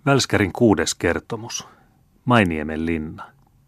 Välskärin 6. kertomus. Mainiemen linna.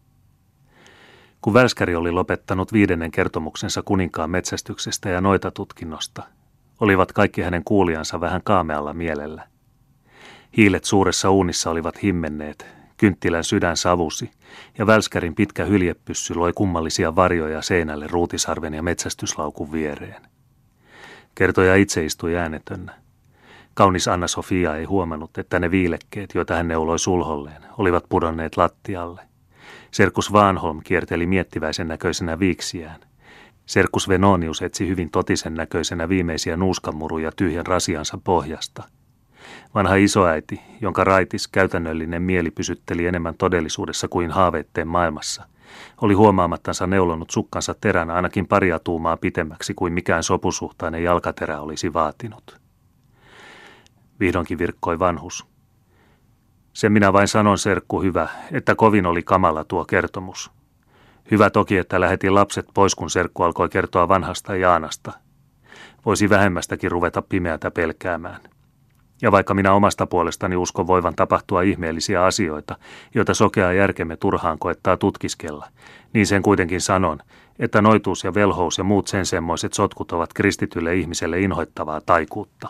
Kun Välskäri oli lopettanut 5. kertomuksensa kuninkaan metsästyksestä ja noitatutkinnosta, olivat kaikki hänen kuulijansa vähän kaamealla mielellä. Hiilet suuressa uunissa olivat himmenneet, kynttilän sydän savusi, ja Välskärin pitkä hyljepyssy loi kummallisia varjoja seinälle ruutisarven ja metsästyslaukun viereen. Kertoja itse istui äänetönnä. Kaunis Anna-Sofia ei huomannut, että ne viilekkeet, joita hän neuloi sulholleen, olivat pudonneet lattialle. Serkus Svanholm kierteli miettiväisen näköisenä viiksiään. Serkus Venonius etsi hyvin totisen näköisenä viimeisiä nuuskanmuruja tyhjän rasiansa pohjasta. Vanha isoäiti, jonka raitis käytännöllinen mieli pysytteli enemmän todellisuudessa kuin haaveitteen maailmassa, oli huomaamattansa neulonut sukkansa terän ainakin paria tuumaa pitemmäksi kuin mikään sopusuhtainen jalkaterä olisi vaatinut. Vihdoinkin virkkoi vanhus. Sen minä vain sanon, serkku hyvä, että kovin oli kamala tuo kertomus. Hyvä toki, että lähetin lapset pois, kun serkku alkoi kertoa vanhasta Jaanasta. Voisi vähemmästäkin ruveta pimeätä pelkäämään. Ja vaikka minä omasta puolestani uskon voivan tapahtua ihmeellisiä asioita, joita sokea järkemme turhaan koettaa tutkiskella, niin sen kuitenkin sanon, että noituus ja velhous ja muut sen semmoiset sotkut ovat kristitylle ihmiselle inhoittavaa taikuutta.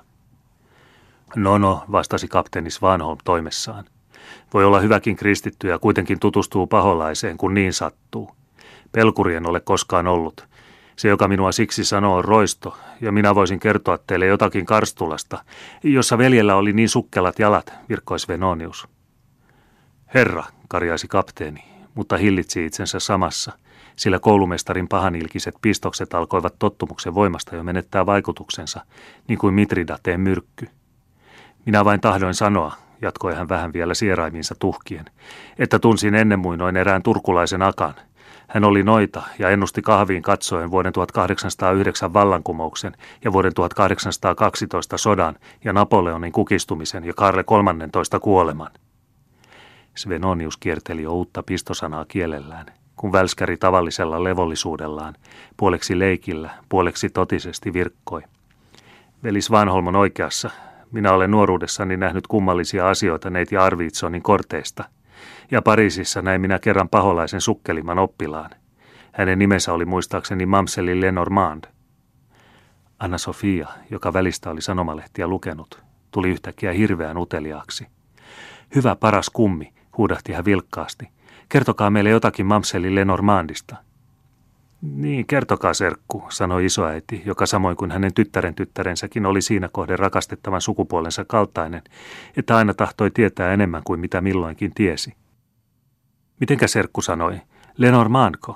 No, vastasi kapteeni Svanholm toimessaan. Voi olla hyväkin kristitty ja kuitenkin tutustuu paholaiseen, kun niin sattuu. Pelkurien ole koskaan ollut. Se, joka minua siksi sanoo, on roisto, ja minä voisin kertoa teille jotakin Karstulasta, jossa veljellä oli niin sukkelat jalat, virkkoi Venonius. Herra, karjaisi kapteeni, mutta hillitsi itsensä samassa, sillä koulumestarin pahanilkiset pistokset alkoivat tottumuksen voimasta jo menettää vaikutuksensa, niin kuin Mitridateen myrkky. Minä vain tahdoin sanoa, jatkoi hän vähän vielä sieraimiinsa tuhkien, että tunsin ennen muinoin erään turkulaisen akan. Hän oli noita ja ennusti kahviin katsoen vuoden 1809 vallankumouksen ja vuoden 1812 sodan ja Napoleonin kukistumisen ja Karle 13 kuoleman. Svenonius kierteli jo uutta pistosanaa kielellään, kun Välskäri tavallisella levollisuudellaan, puoleksi leikillä, puoleksi totisesti virkkoi. Veli Svanholm on oikeassa. Minä olen nuoruudessani nähnyt kummallisia asioita neiti Arvidssonin korteista, ja Pariisissa näin minä kerran paholaisen sukkelimman oppilaan. Hänen nimensä oli muistaakseni Mamseli Lenormand. Anna-Sofia, joka välistä oli sanomalehtiä lukenut, tuli yhtäkkiä hirveän uteliaaksi. Hyvä paras kummi, huudahti hän vilkkaasti. Kertokaa meille jotakin Mamseli Lenormandista. Niin, kertokaa serkku, sanoi isoäiti, joka samoin kuin hänen tyttärensäkin oli siinä kohden rakastettavan sukupuolensa kaltainen, että aina tahtoi tietää enemmän kuin mitä milloinkin tiesi. Mitenkä serkku sanoi? Lenormandko?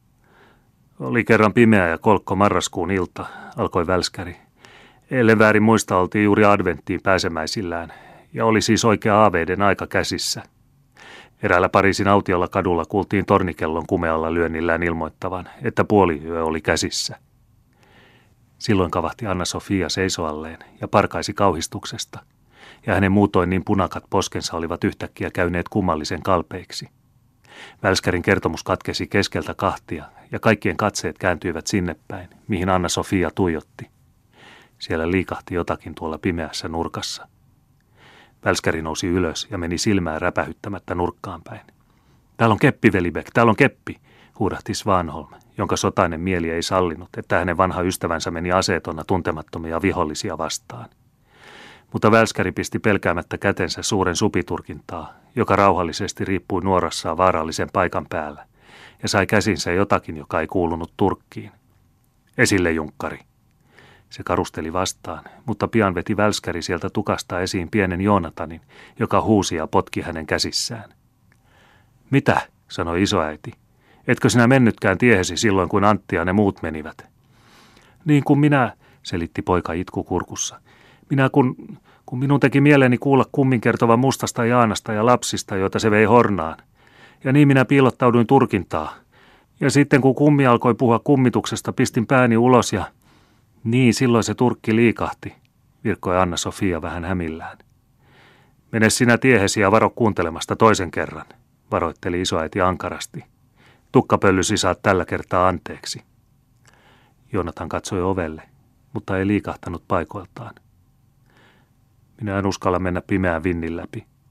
Oli kerran pimeä ja kolkko marraskuun ilta, alkoi Välskäri. Ellen väärin muista oltiin juuri adventtiin pääsemäisillään, ja oli siis oikea aaveiden aika käsissä. Eräällä Pariisin autiolla kadulla kuultiin tornikellon kumealla lyönnillään ilmoittavan, että puoliyö oli käsissä. Silloin kavahti Anna-Sofia seisoalleen ja parkaisi kauhistuksesta, ja hänen muutoin niin punakat poskensa olivat yhtäkkiä käyneet kummallisen kalpeiksi. Välskärin kertomus katkesi keskeltä kahtia, ja kaikkien katseet kääntyivät sinne päin, mihin Anna-Sofia tuijotti. Siellä liikahti jotakin tuolla pimeässä nurkassa. Välskäri nousi ylös ja meni silmää räpähyttämättä nurkkaan päin. Täällä on keppi, Velibek, täällä on keppi, huudahti Svanholm, jonka sotainen mieli ei sallinut, että hänen vanha ystävänsä meni aseetonna tuntemattomia vihollisia vastaan. Mutta Välskäri pisti pelkäämättä kätensä suuren supiturkintaa, joka rauhallisesti riippui nuorassaan vaarallisen paikan päällä, ja sai käsinsä jotakin, joka ei kuulunut Turkkiin. Esille, junkkari. Se karusteli vastaan, mutta pian veti Välskäri sieltä tukasta esiin pienen Joonatanin, joka huusi ja potki hänen käsissään. Mitä, sanoi isoäiti. Etkö sinä mennytkään tiehesi silloin, kun Antti ja ne muut menivät? Niin kuin minä, selitti poika itku kurkussa. Minä kun minun teki mieleeni kuulla kummin kertovan mustasta Jaanasta ja lapsista, joita se vei Hornaan. Ja niin minä piilottauduin turkintaa. Ja sitten kun kummi alkoi puhua kummituksesta, pistin pääni ulos ja... Niin, silloin se turkki liikahti, virkkoi Anna-Sofia vähän hämillään. Mene sinä tiehesi ja varo kuuntelemasta toisen kerran, varoitteli isoäiti ankarasti. Tukkapöllysi saat tällä kertaa anteeksi. Joonatan katsoi ovelle, mutta ei liikahtanut paikoiltaan. Minä en uskalla mennä pimeän vinnin läpi.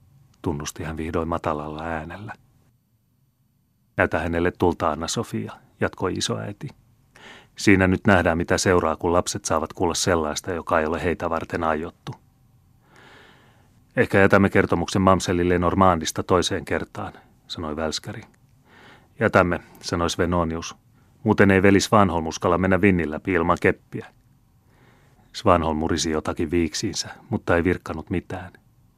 tunnusti hän vihdoin matalalla äänellä. Näytä hänelle tulta, Anna-Sofia, jatkoi isoäiti. Siinä nyt nähdään, mitä seuraa, kun lapset saavat kuulla sellaista, joka ei ole heitä varten aiottu. Ehkä jätämme kertomuksen mamselille Normandista toiseen kertaan, sanoi Välskäri. Jätämme, sanoi Svenonius. Muuten ei veli Svanholm uskalla mennä vinnin läpi ilman keppiä. Svanholm murisi jotakin viiksiinsä, mutta ei virkkanut mitään.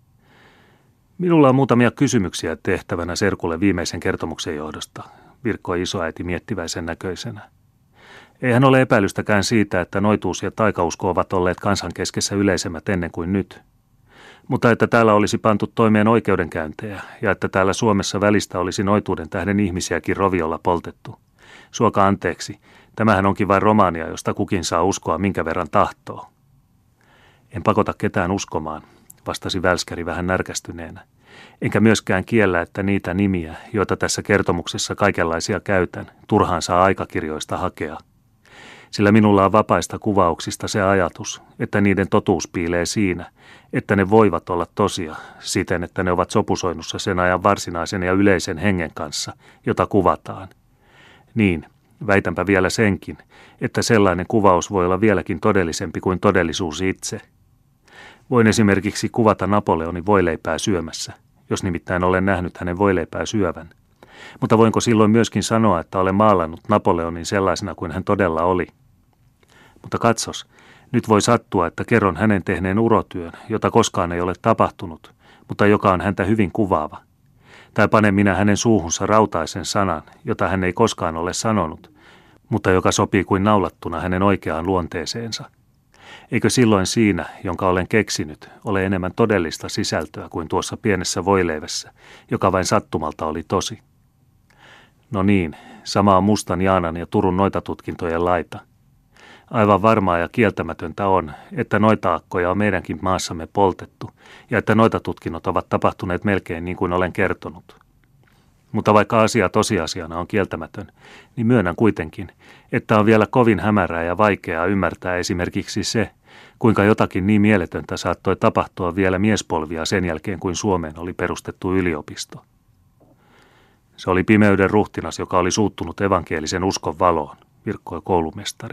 Minulla on muutamia kysymyksiä tehtävänä serkulle viimeisen kertomuksen johdosta, virkkoi isoäiti miettiväisen näköisenä. Eihän ole epäilystäkään siitä, että noituus ja taikausko ovat olleet kansan keskessä yleisemmät ennen kuin nyt. Mutta että täällä olisi pantu toimeen oikeudenkäyntejä ja että täällä Suomessa välistä olisi noituuden tähden ihmisiäkin roviolla poltettu. Suokaa anteeksi, tämähän onkin vain romaania, josta kukin saa uskoa minkä verran tahtoo. En pakota ketään uskomaan, vastasi Välskäri vähän närkästyneenä. Enkä myöskään kiellä, että niitä nimiä, joita tässä kertomuksessa kaikenlaisia käytän, turhaan saa aikakirjoista hakea. Sillä minulla on vapaista kuvauksista se ajatus, että niiden totuus piilee siinä, että ne voivat olla tosia siten, että ne ovat sopusoinnussa sen ajan varsinaisen ja yleisen hengen kanssa, jota kuvataan. Niin, väitänpä vielä senkin, että sellainen kuvaus voi olla vieläkin todellisempi kuin todellisuus itse. Voin esimerkiksi kuvata Napoleonin voileipää syömässä, jos nimittäin olen nähnyt hänen voileipää syövän. Mutta voinko silloin myöskin sanoa, että olen maalannut Napoleonin sellaisena kuin hän todella oli? Mutta katsos, nyt voi sattua, että kerron hänen tehneen urotyön, jota koskaan ei ole tapahtunut, mutta joka on häntä hyvin kuvaava. Tai panen minä hänen suuhunsa rautaisen sanan, jota hän ei koskaan ole sanonut, mutta joka sopii kuin naulattuna hänen oikeaan luonteeseensa. Eikö silloin siinä, jonka olen keksinyt, ole enemmän todellista sisältöä kuin tuossa pienessä voileivässä, joka vain sattumalta oli tosi? No niin, sama on Mustan Jaanan ja Turun noitatutkintojen laita. Aivan varmaa ja kieltämätöntä on, että noita-akkoja on meidänkin maassamme poltettu ja että noitatutkinnot ovat tapahtuneet melkein niin kuin olen kertonut. Mutta vaikka asia tosiasiana on kieltämätön, niin myönnän kuitenkin, että on vielä kovin hämärää ja vaikeaa ymmärtää esimerkiksi se, kuinka jotakin niin mieletöntä saattoi tapahtua vielä miespolvia sen jälkeen, kuin Suomeen oli perustettu yliopisto. Se oli pimeyden ruhtinas, joka oli suuttunut evankelisen uskon valoon, virkkoi koulumestari.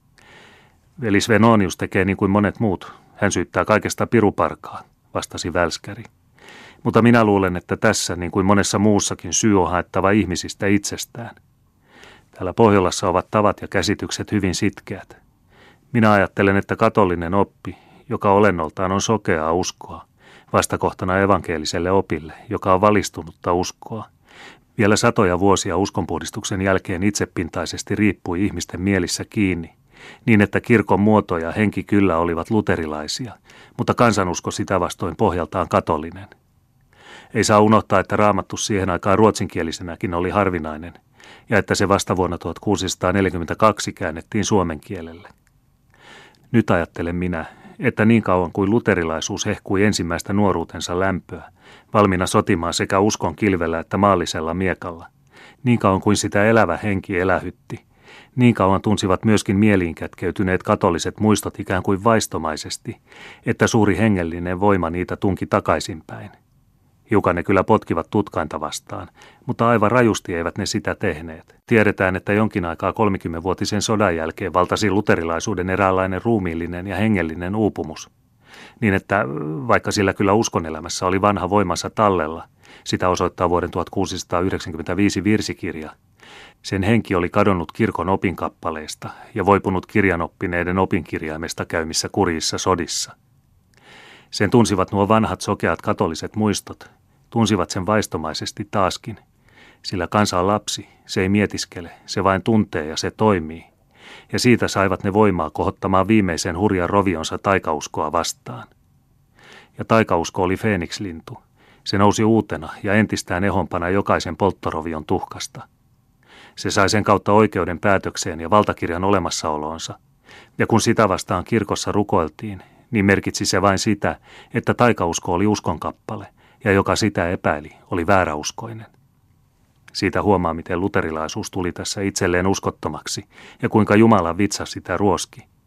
Veli Svenonius tekee niin kuin monet muut. Hän syyttää kaikesta piruparkaa, vastasi Välskäri. Mutta minä luulen, että tässä, niin kuin monessa muussakin, syy on haettava ihmisistä itsestään. Täällä Pohjolassa ovat tavat ja käsitykset hyvin sitkeät. Minä ajattelen, että katolinen oppi, joka olennoltaan on sokeaa uskoa, vastakohtana evankeliselle opille, joka on valistunutta uskoa, vielä satoja vuosia uskonpuhdistuksen jälkeen itsepintaisesti riippui ihmisten mielissä kiinni, niin että kirkon muoto ja henki kyllä olivat luterilaisia, mutta kansanusko sitä vastoin pohjaltaan katolinen. Ei saa unohtaa, että Raamattu siihen aikaan ruotsinkielisenäkin oli harvinainen, ja että se vasta vuonna 1642 käännettiin suomen kielelle. Nyt ajattelen minä, että niin kauan kuin luterilaisuus hehkui ensimmäistä nuoruutensa lämpöä, valmiina sotimaan sekä uskon kilvellä että maallisella miekalla, niin kauan kuin sitä elävä henki elähytti, niin kauan tunsivat myöskin mieliin kätkeytyneet katoliset muistot ikään kuin vaistomaisesti, että suuri hengellinen voima niitä tunki takaisinpäin. Hiukan ne kyllä potkivat tutkainta vastaan, mutta aivan rajusti eivät ne sitä tehneet. Tiedetään, että jonkin aikaa 30-vuotisen sodan jälkeen valtasi luterilaisuuden eräänlainen ruumiillinen ja hengellinen uupumus. Niin että vaikka sillä kyllä uskonelämässä oli vanha voimansa tallella, sitä osoittaa vuoden 1695 virsikirja, sen henki oli kadonnut kirkon opinkappaleista ja voipunut kirjanoppineiden opinkirjaimesta käymissä kurjissa sodissa. Sen tunsivat nuo vanhat sokeat katoliset muistot, tunsivat sen vaistomaisesti taaskin, sillä kansa on lapsi, se ei mietiskele, se vain tuntee ja se toimii, ja siitä saivat ne voimaa kohottamaan viimeisen hurjan rovionsa taikauskoa vastaan. Ja taikausko oli feenikslintu, se nousi uutena ja entistään ehompana jokaisen polttorovion tuhkasta. Se sai sen kautta oikeuden päätökseen ja valtakirjan olemassaoloonsa, ja kun sitä vastaan kirkossa rukoiltiin, niin merkitsi se vain sitä, että taikausko oli uskonkappale, ja joka sitä epäili, oli vääräuskoinen. Siitä huomaa, miten luterilaisuus tuli tässä itselleen uskottomaksi, ja kuinka Jumala vitsa sitä ruoski.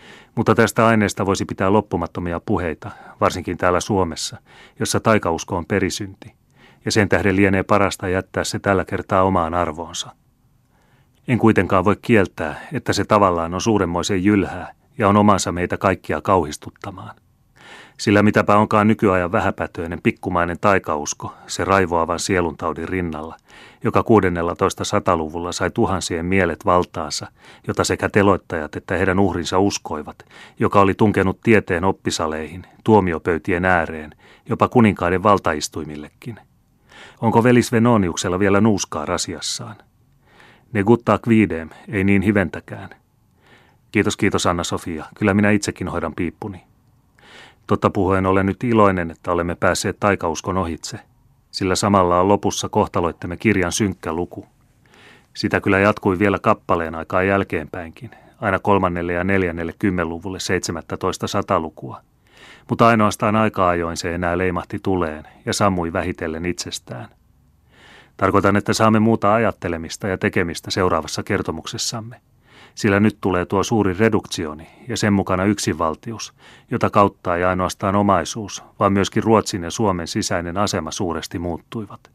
Mutta tästä aineesta voisi pitää loppumattomia puheita, varsinkin täällä Suomessa, jossa taikausko on perisynti, ja sen tähden lienee parasta jättää se tällä kertaa omaan arvoonsa. En kuitenkaan voi kieltää, että se tavallaan on suuremmoisen jylhää ja on omansa meitä kaikkia kauhistuttamaan. Sillä mitäpä onkaan nykyajan vähäpätöinen pikkumainen taikausko, se raivoavan sieluntaudin rinnalla, joka 1600-luvulla sai tuhansien mielet valtaansa, jota sekä teloittajat että heidän uhrinsa uskoivat, joka oli tunkenut tieteen oppisaleihin, tuomiopöytien ääreen, jopa kuninkaiden valtaistuimillekin. Onko velis Venoniuksella vielä nuuskaa rasiassaan? Ne guttaa quidem, ei niin hiventäkään. Kiitos Anna-Sofia, kyllä minä itsekin hoidan piippuni. Totta puhuen olen nyt iloinen, että olemme päässeet taikauskon ohitse, sillä samalla on lopussa kohtaloittemme kirjan synkkä luku. Sitä kyllä jatkui vielä kappaleen aikaa jälkeenpäinkin, aina 3. ja 4. 10-luvulle 17 lukua. Mutta ainoastaan aika ajoin se enää leimahti tuleen ja sammui vähitellen itsestään. Tarkoitan, että saamme muuta ajattelemista ja tekemistä seuraavassa kertomuksessamme, sillä nyt tulee tuo suuri reduktioni ja sen mukana yksinvaltius, jota kautta ei ainoastaan omaisuus, vaan myöskin Ruotsin ja Suomen sisäinen asema suuresti muuttuivat.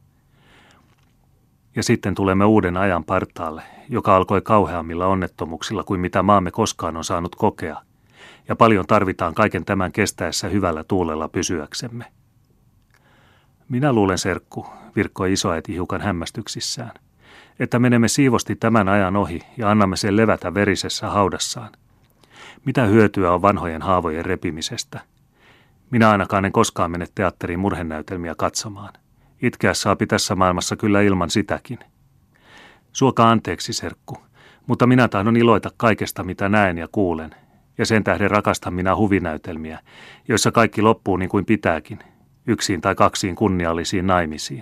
Ja sitten tulemme uuden ajan partaalle, joka alkoi kauheammilla onnettomuuksilla kuin mitä maamme koskaan on saanut kokea, ja paljon tarvitaan kaiken tämän kestäessä hyvällä tuulella pysyäksemme. Minä luulen, serkku, virkkoi isoäiti hiukan hämmästyksissään, että menemme siivosti tämän ajan ohi ja annamme sen levätä verisessä haudassaan. Mitä hyötyä on vanhojen haavojen repimisestä? Minä ainakaan en koskaan mene teatteriin murhenäytelmiä katsomaan. Itkeä saapi tässä maailmassa kyllä ilman sitäkin. Suokaa anteeksi, serkku, mutta minä tahdon iloita kaikesta, mitä näen ja kuulen, ja sen tähden rakastan minä huvinäytelmiä, joissa kaikki loppuu niin kuin pitääkin, yksiin tai kaksiin kunniallisiin naimisiin.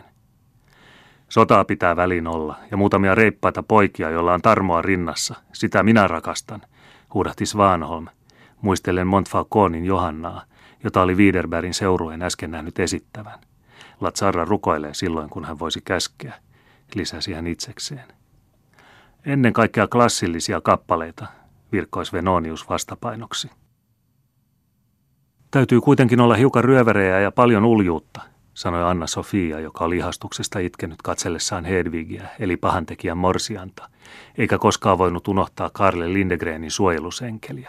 Sotaa pitää väliin olla, ja muutamia reippaita poikia, joilla on tarmoa rinnassa, sitä minä rakastan, huudahti Svanholm, muistellen Montfauconin Johannaa, jota oli Widerbergin seurueen äsken nähnyt esittävän. Lazzarra rukoilee silloin, kun hän voisi käskeä, lisäsi hän itsekseen. Ennen kaikkea klassillisia kappaleita, virkkoi Venonius vastapainoksi. Täytyy kuitenkin olla hiukan ryövärejä ja paljon uljuutta, sanoi Anna-Sofia, joka oli ihastuksesta itkenyt katsellessaan Hedvigiä, eli pahantekijän morsianta, eikä koskaan voinut unohtaa Karle Lindegrenin suojelusenkeliä.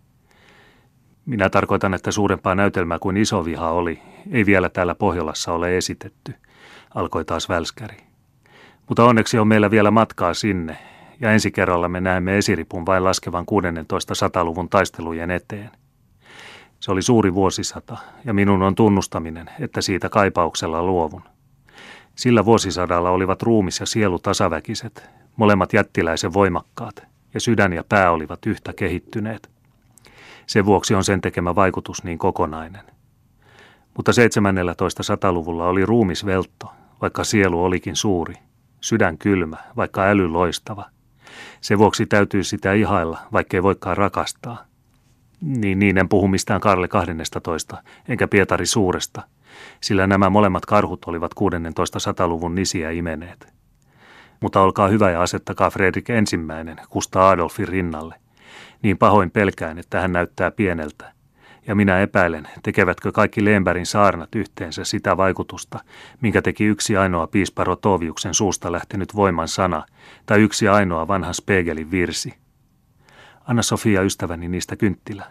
Minä tarkoitan, että suurempaa näytelmää kuin Iso viha oli, ei vielä täällä Pohjolassa ole esitetty, alkoi taas Välskäri. Mutta onneksi on meillä vielä matkaa sinne, ja ensi kerralla me näemme esiripun vain laskevan 1600-luvun taistelujen eteen. Se oli suuri vuosisata, ja minun on tunnustaminen, että siitä kaipauksella luovun. Sillä vuosisadalla olivat ruumis ja sielu tasaväkiset, molemmat jättiläisen voimakkaat, ja sydän ja pää olivat yhtä kehittyneet. Sen vuoksi on sen tekemä vaikutus niin kokonainen. Mutta 1700-luvulla oli ruumis veltto, vaikka sielu olikin suuri, sydän kylmä, vaikka äly loistava. Sen vuoksi täytyy sitä ihailla, vaikkei voikaan rakastaa. Niin en puhu mistään Karle 12, enkä Pietari Suuresta, sillä nämä molemmat karhut olivat 1600-luvun nisiä imeneet. Mutta olkaa hyvä ja asettakaa Fredrik I Kustaa Adolfin rinnalle. Niin pahoin pelkään, että hän näyttää pieneltä, ja minä epäilen, tekevätkö kaikki Lembergin saarnat yhteensä sitä vaikutusta, minkä teki yksi ainoa piispa Rotoviuksen suusta lähtenyt voiman sana, tai yksi ainoa vanhan Spegelin virsi. Anna-Sofia ystäväni niistä kynttilä.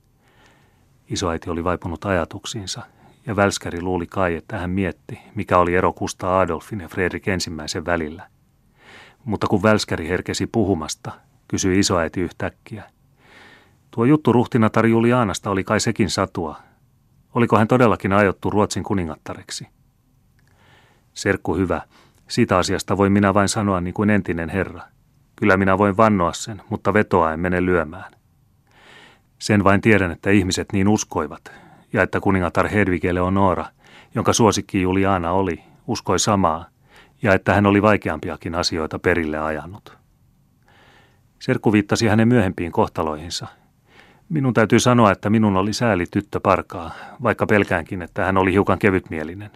Isoäiti oli vaipunut ajatuksiinsa, ja Välskäri luuli kai, että hän mietti, mikä oli ero Kustaa Adolfin ja Fredrik I välillä. Mutta kun Välskäri herkesi puhumasta, kysyi isoäiti yhtäkkiä. Tuo juttu ruhtinatar Julianasta oli kai sekin satua. Oliko hän todellakin aiottu Ruotsin kuningattareksi? Serkku hyvä, siitä asiasta voin minä vain sanoa niin kuin entinen herra. Kyllä minä voin vannoa sen, mutta vetoa en mene lyömään. Sen vain tiedän, että ihmiset niin uskoivat, ja että kuningatar Hedvig Eleonora, jonka suosikki Juliana oli, uskoi samaa, ja että hän oli vaikeampiakin asioita perille ajanut. Serkku viittasi hänen myöhempiin kohtaloihinsa. Minun täytyy sanoa, että minun oli sääli tyttö Parkaa, vaikka pelkäänkin, että hän oli hiukan kevytmielinen.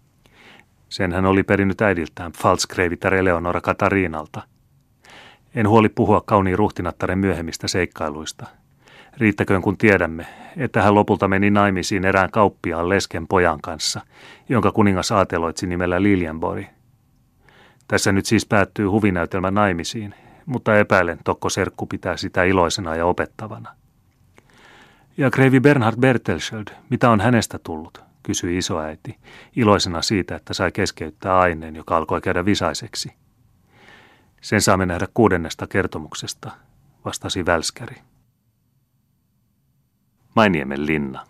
Sen hän oli perinnyt äidiltään Pfalzgrevitar Eleonora Katariinalta. En huoli puhua kauniin ruhtinattaren myöhemmistä seikkailuista. Riittäköön kun tiedämme, että hän lopulta meni naimisiin erään kauppiaan lesken pojan kanssa, jonka kuningas aateloitsi nimellä Lilienborg. Tässä nyt siis päättyy huvinäytelmä naimisiin, mutta epäilen, tokko serkku pitää sitä iloisena ja opettavana. Ja kreivi Bernhard Bertelschöld, mitä on hänestä tullut, kysyi isoäiti, iloisena siitä, että sai keskeyttää aineen, joka alkoi käydä visaiseksi. Sen saamme nähdä 6. kertomuksesta, vastasi Välskäri. Mainiemen linna.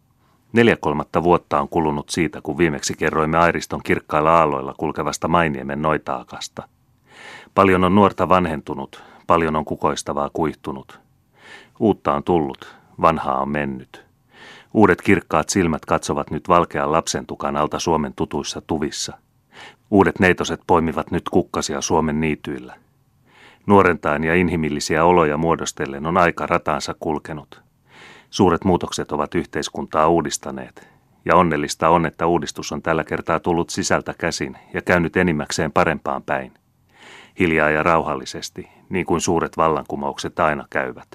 4/3 vuotta on kulunut siitä, kun viimeksi kerroimme Airiston kirkkailla aalloilla kulkevasta Mainiemen noitaakasta. Paljon on nuorta vanhentunut, paljon on kukoistavaa kuihtunut. Uutta on tullut, vanhaa on mennyt. Uudet kirkkaat silmät katsovat nyt valkean lapsentukan alta Suomen tutuissa tuvissa. Uudet neitoset poimivat nyt kukkasia Suomen niityillä. Nuorentaen ja inhimillisiä oloja muodostellen on aika rataansa kulkenut. Suuret muutokset ovat yhteiskuntaa uudistaneet, ja onnellista on, että uudistus on tällä kertaa tullut sisältä käsin ja käynyt enimmäkseen parempaan päin. Hiljaa ja rauhallisesti, niin kuin suuret vallankumoukset aina käyvät.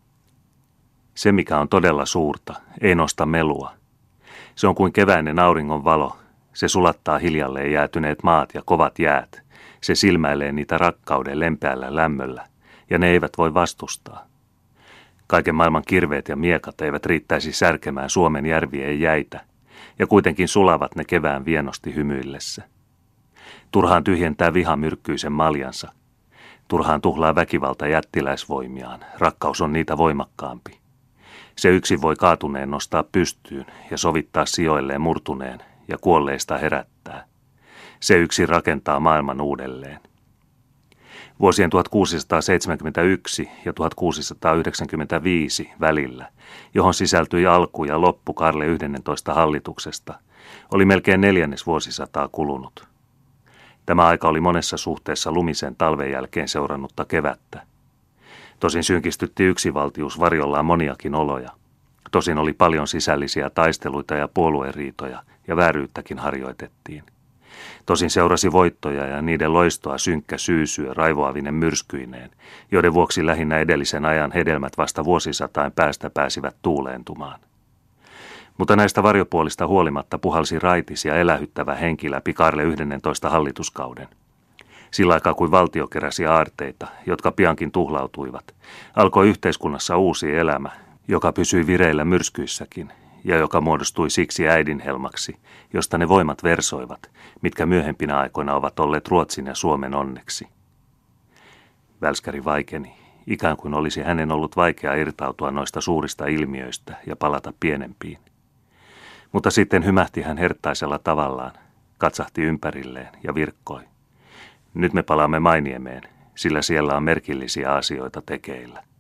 Se, mikä on todella suurta, ei nosta melua. Se on kuin keväinen auringon valo. Se sulattaa hiljalleen jäätyneet maat ja kovat jäät. Se silmäilee niitä rakkauden lempeällä lämmöllä, ja ne eivät voi vastustaa. Kaiken maailman kirveet ja miekat eivät riittäisi särkemään Suomen järvien jäitä, ja kuitenkin sulavat ne kevään vienosti hymyillessä. Turhaan tyhjentää viha myrkkyisen maljansa. Turhaan tuhlaa väkivalta jättiläisvoimiaan, rakkaus on niitä voimakkaampi. Se yksin voi kaatuneen nostaa pystyyn ja sovittaa sijoilleen murtuneen ja kuolleista herättää. Se yksin rakentaa maailman uudelleen. Vuosien 1671 ja 1695 välillä, johon sisältyi alku ja loppu Karle 11 hallituksesta, oli melkein 4. vuosisataa kulunut. Tämä aika oli monessa suhteessa lumisen talven jälkeen seurannutta kevättä. Tosin synkistytti yksivaltius varjollaan moniakin oloja. Tosin oli paljon sisällisiä taisteluita ja puolueriitoja, ja vääryyttäkin harjoitettiin. Tosin seurasi voittoja ja niiden loistoa synkkä syysyö raivoavinen myrskyineen, joiden vuoksi lähinnä edellisen ajan hedelmät vasta vuosisatain päästä pääsivät tuuleentumaan. Mutta näistä varjopuolista huolimatta puhalsi raitis ja elähyttävä henki läpi Karle 11 hallituskauden. Sillä aikaa kuin valtio keräsi aarteita, jotka piankin tuhlautuivat, alkoi yhteiskunnassa uusi elämä, joka pysyi vireillä myrskyissäkin ja joka muodostui siksi äidinhelmaksi, josta ne voimat versoivat, mitkä myöhempinä aikoina ovat olleet Ruotsin ja Suomen onneksi. Välskäri vaikeni, ikään kuin olisi hänen ollut vaikea irtautua noista suurista ilmiöistä ja palata pienempiin. Mutta sitten hymähti hän herttaisella tavallaan, katsahti ympärilleen ja virkkoi. Nyt me palaamme Mainiemeen, sillä siellä on merkillisiä asioita tekeillä.